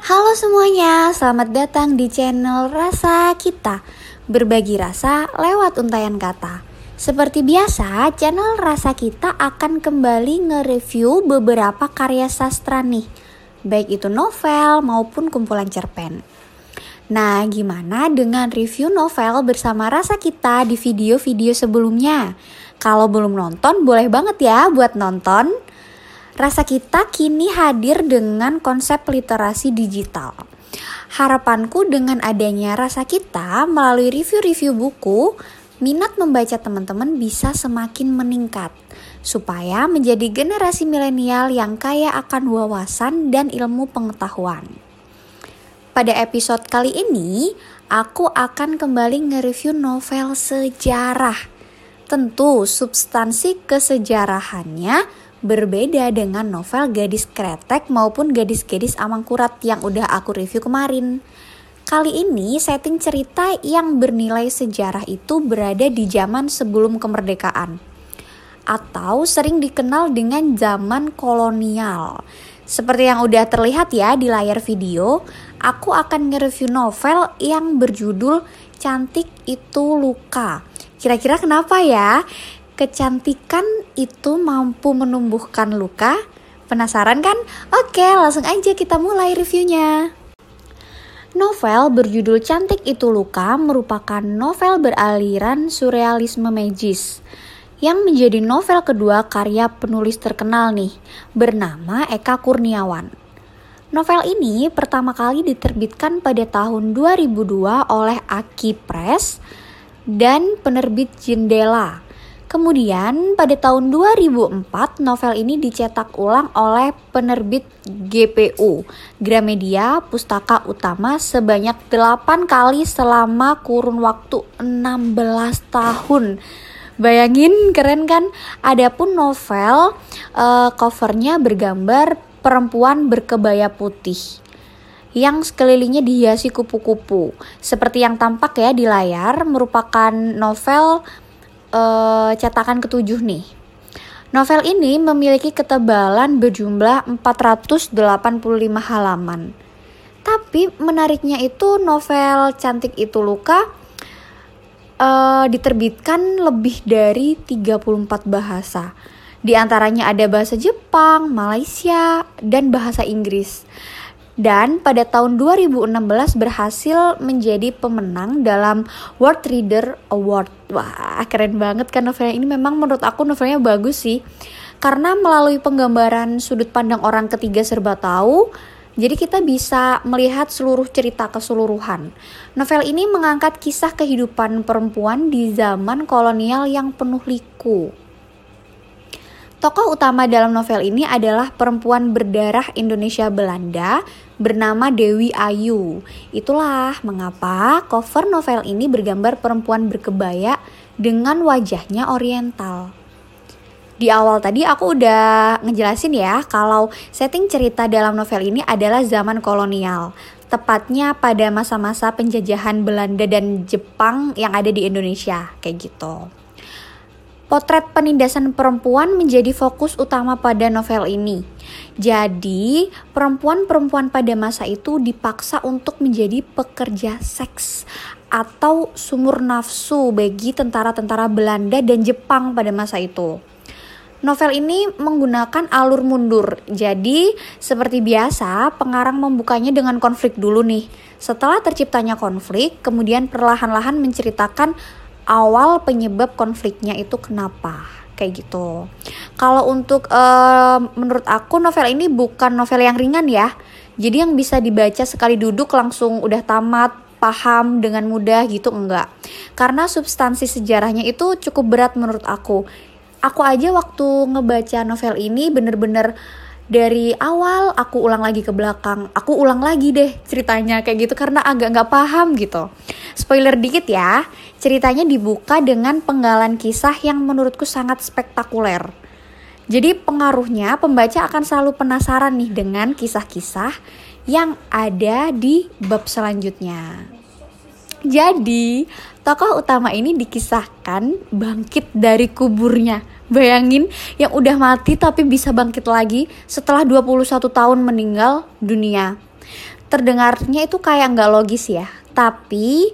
Halo semuanya, selamat datang di channel Rasa Kita. Berbagi rasa lewat untayan kata. Seperti biasa, channel Rasa Kita akan kembali nge-review beberapa karya sastra nih, baik itu novel maupun kumpulan cerpen. Nah, gimana dengan review novel bersama Rasa Kita di video-video sebelumnya? Kalau belum nonton, boleh banget ya buat nonton. Rasa Kita kini hadir dengan konsep literasi digital. Harapanku dengan adanya Rasa Kita melalui review-review buku, minat membaca teman-teman bisa semakin meningkat, supaya menjadi generasi milenial yang kaya akan wawasan dan ilmu pengetahuan. Pada episode kali ini, aku akan kembali nge-review novel sejarah. Tentu substansi kesejarahannya berbeda dengan novel Gadis Kretek maupun Gadis-Gadis Amangkurat yang udah aku review kemarin. Kali ini setting cerita yang bernilai sejarah itu berada di zaman sebelum kemerdekaan, atau sering dikenal dengan zaman kolonial. Seperti yang udah terlihat ya di layar video, aku akan nge-review novel yang berjudul Cantik Itu Luka. Kira-kira kenapa ya? Kecantikan itu mampu menumbuhkan luka? Penasaran kan? Oke, langsung aja kita mulai reviewnya. Novel berjudul Cantik Itu Luka merupakan novel beraliran surrealisme magis yang menjadi novel kedua karya penulis terkenal nih, bernama Eka Kurniawan. Novel ini pertama kali diterbitkan pada tahun 2002 oleh Aki Press dan penerbit Jendela. Kemudian pada tahun 2004 novel ini dicetak ulang oleh penerbit GPU, Gramedia Pustaka Utama sebanyak 8 kali selama kurun waktu 16 tahun. Bayangin, keren kan? Adapun novel covernya bergambar perempuan berkebaya putih yang sekelilingnya dihiasi kupu-kupu. Seperti yang tampak ya di layar, merupakan novel cetakan ketujuh nih. Novel ini memiliki ketebalan berjumlah 485 halaman. Tapi menariknya itu novel Cantik Itu Luka diterbitkan lebih dari 34 bahasa. Di antaranya ada bahasa Jepang, Malaysia, dan bahasa Inggris. Dan pada tahun 2016 berhasil menjadi pemenang dalam World Reader Award. Wah, keren banget kan novelnya ini. Memang menurut aku novelnya bagus sih. Karena melalui penggambaran sudut pandang orang ketiga serba tahu, jadi kita bisa melihat seluruh cerita keseluruhan. Novel ini mengangkat kisah kehidupan perempuan di zaman kolonial yang penuh liku. Tokoh utama dalam novel ini adalah perempuan berdarah Indonesia Belanda bernama Dewi Ayu. Itulah mengapa cover novel ini bergambar perempuan berkebaya dengan wajahnya oriental. Di awal tadi aku udah ngejelasin ya kalau setting cerita dalam novel ini adalah zaman kolonial. Tepatnya pada masa-masa penjajahan Belanda dan Jepang yang ada di Indonesia, kayak gitu. Potret penindasan perempuan menjadi fokus utama pada novel ini. Jadi, perempuan-perempuan pada masa itu dipaksa untuk menjadi pekerja seks atau sumur nafsu bagi tentara-tentara Belanda dan Jepang pada masa itu. Novel ini menggunakan alur mundur. Jadi, seperti biasa, pengarang membukanya dengan konflik dulu nih. Setelah terciptanya konflik, kemudian perlahan-lahan menceritakan awal penyebab konfliknya itu kenapa, kayak gitu. Kalau untuk menurut aku novel ini bukan novel yang ringan ya. Jadi yang bisa dibaca sekali duduk langsung udah tamat, paham dengan mudah gitu, enggak. Karena substansi sejarahnya itu cukup berat menurut aku. Aku aja waktu ngebaca novel ini bener-bener dari awal aku ulang lagi ke belakang, aku ulang lagi deh ceritanya kayak gitu karena agak gak paham gitu. Spoiler dikit ya, ceritanya dibuka dengan penggalan kisah yang menurutku sangat spektakuler. Jadi pengaruhnya pembaca akan selalu penasaran nih dengan kisah-kisah yang ada di bab selanjutnya. Jadi tokoh utama ini dikisahkan bangkit dari kuburnya. Bayangin, yang udah mati tapi bisa bangkit lagi setelah 21 tahun meninggal dunia. terdengarnya itu kayak nggak logis ya, tapi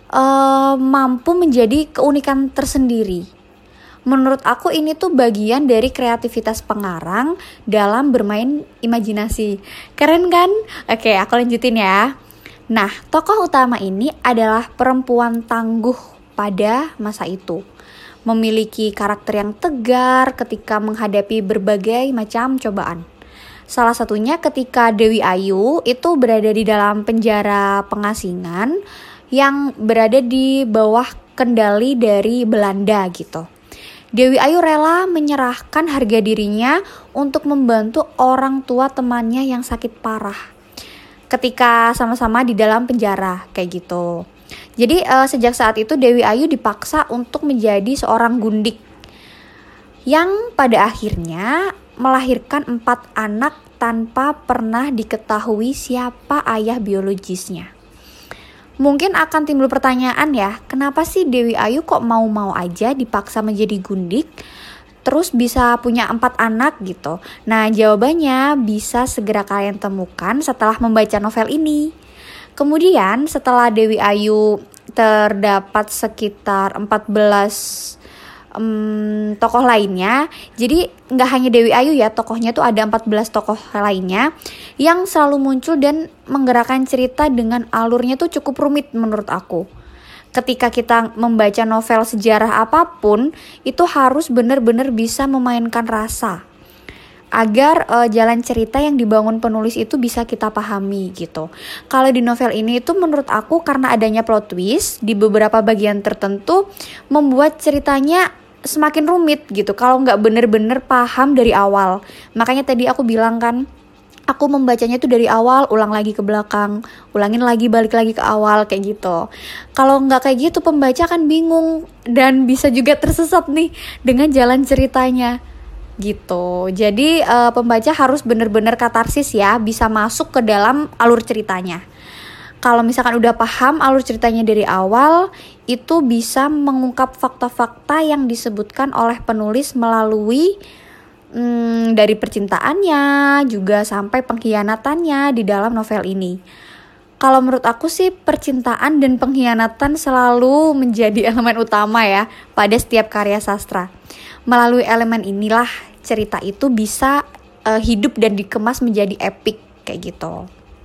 mampu menjadi keunikan tersendiri. Menurut aku ini tuh bagian dari kreativitas pengarang dalam bermain imajinasi. Keren kan? Oke, aku lanjutin ya. Nah, tokoh utama ini adalah perempuan tangguh pada masa itu. Memiliki karakter yang tegar ketika menghadapi berbagai macam cobaan. Salah satunya ketika Dewi Ayu itu berada di dalam penjara pengasingan yang berada di bawah kendali dari Belanda gitu. Dewi Ayu rela menyerahkan harga dirinya untuk membantu orang tua temannya yang sakit parah ketika sama-sama di dalam penjara kayak gitu. Jadi sejak saat itu Dewi Ayu dipaksa untuk menjadi seorang gundik yang pada akhirnya melahirkan 4 anak tanpa pernah diketahui siapa ayah biologisnya. Mungkin akan timbul pertanyaan ya, kenapa sih Dewi Ayu kok mau-mau aja dipaksa menjadi gundik, terus bisa punya 4 anak gitu? Nah, jawabannya bisa segera kalian temukan setelah membaca novel ini. Kemudian setelah Dewi Ayu terdapat sekitar 14 tokoh lainnya. Jadi nggak hanya Dewi Ayu ya, tokohnya tuh ada 14 tokoh lainnya yang selalu muncul dan menggerakkan cerita dengan alurnya tuh cukup rumit menurut aku. Ketika kita membaca novel sejarah apapun, itu harus benar-benar bisa memainkan rasa agar jalan cerita yang dibangun penulis itu bisa kita pahami gitu. Kalau di novel ini itu menurut aku karena adanya plot twist di beberapa bagian tertentu membuat ceritanya semakin rumit gitu kalau nggak bener-bener paham dari awal. Makanya tadi aku bilang kan, aku membacanya tuh dari awal, ulang lagi ke belakang, ulangin lagi, balik lagi ke awal kayak gitu. Kalau nggak kayak gitu pembaca kan bingung dan bisa juga tersesat nih dengan jalan ceritanya gitu. Jadi pembaca harus bener-bener katarsis ya, bisa masuk ke dalam alur ceritanya. Kalau misalkan udah paham alur ceritanya dari awal, itu bisa mengungkap fakta-fakta yang disebutkan oleh penulis melalui dari percintaannya, juga sampai pengkhianatannya di dalam novel ini. Kalau menurut aku sih percintaan dan pengkhianatan selalu menjadi elemen utama ya pada setiap karya sastra. Melalui elemen inilah cerita itu bisa hidup dan dikemas menjadi epik kayak gitu.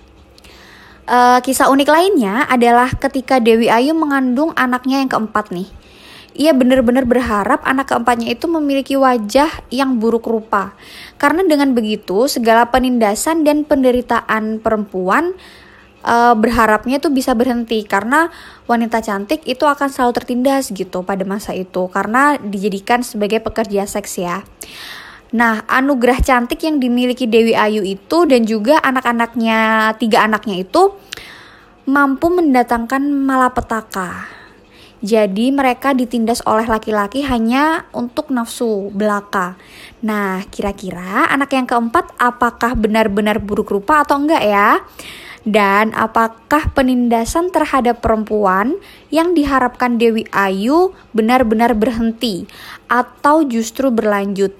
Kisah unik lainnya adalah ketika Dewi Ayu mengandung anaknya yang keempat nih. Ia benar-benar berharap anak keempatnya itu memiliki wajah yang buruk rupa. Karena dengan begitu segala penindasan dan penderitaan perempuan berharapnya tuh bisa berhenti. Karena wanita cantik itu akan selalu tertindas gitu pada masa itu. Karena dijadikan sebagai pekerja seks ya. Nah, anugerah cantik yang dimiliki Dewi Ayu itu dan juga anak-anaknya, 3 anaknya itu mampu mendatangkan malapetaka. Jadi mereka ditindas oleh laki-laki hanya untuk nafsu belaka. Nah, kira-kira anak yang keempat apakah benar-benar buruk rupa atau enggak ya? Dan apakah penindasan terhadap perempuan yang diharapkan Dewi Ayu benar-benar berhenti atau justru berlanjut?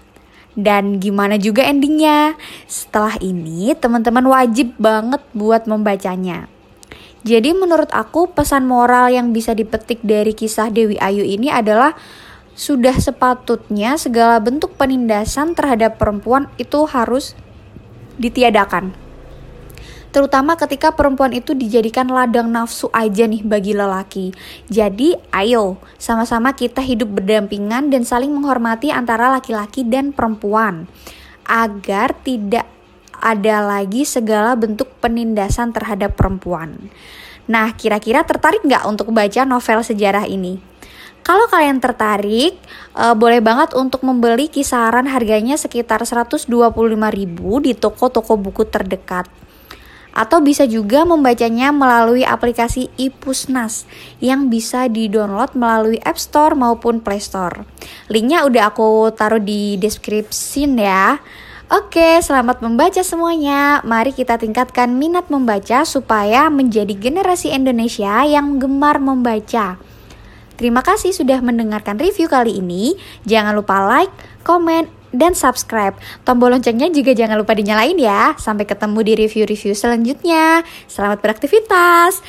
Dan gimana juga endingnya? Setelah ini teman-teman wajib banget buat membacanya. Jadi menurut aku pesan moral yang bisa dipetik dari kisah Dewi Ayu ini adalah sudah sepatutnya segala bentuk penindasan terhadap perempuan itu harus ditiadakan. Terutama ketika perempuan itu dijadikan ladang nafsu aja nih bagi lelaki. Jadi ayo sama-sama kita hidup berdampingan dan saling menghormati antara laki-laki dan perempuan. Agar tidak ada lagi segala bentuk penindasan terhadap perempuan. Nah, kira-kira tertarik nggak untuk baca novel sejarah ini? Kalau kalian tertarik, boleh banget untuk membeli kisaran harganya sekitar 125.000 di toko-toko buku terdekat. Atau bisa juga membacanya melalui aplikasi iPusnas yang bisa di-download melalui App Store maupun Play Store. Linknya udah aku taruh di deskripsi ya. Oke, selamat membaca semuanya. Mari kita tingkatkan minat membaca supaya menjadi generasi Indonesia yang gemar membaca. Terima kasih sudah mendengarkan review kali ini. Jangan lupa like, komen, dan subscribe. Tombol loncengnya juga jangan lupa dinyalain ya. Sampai ketemu di review-review selanjutnya. Selamat beraktivitas.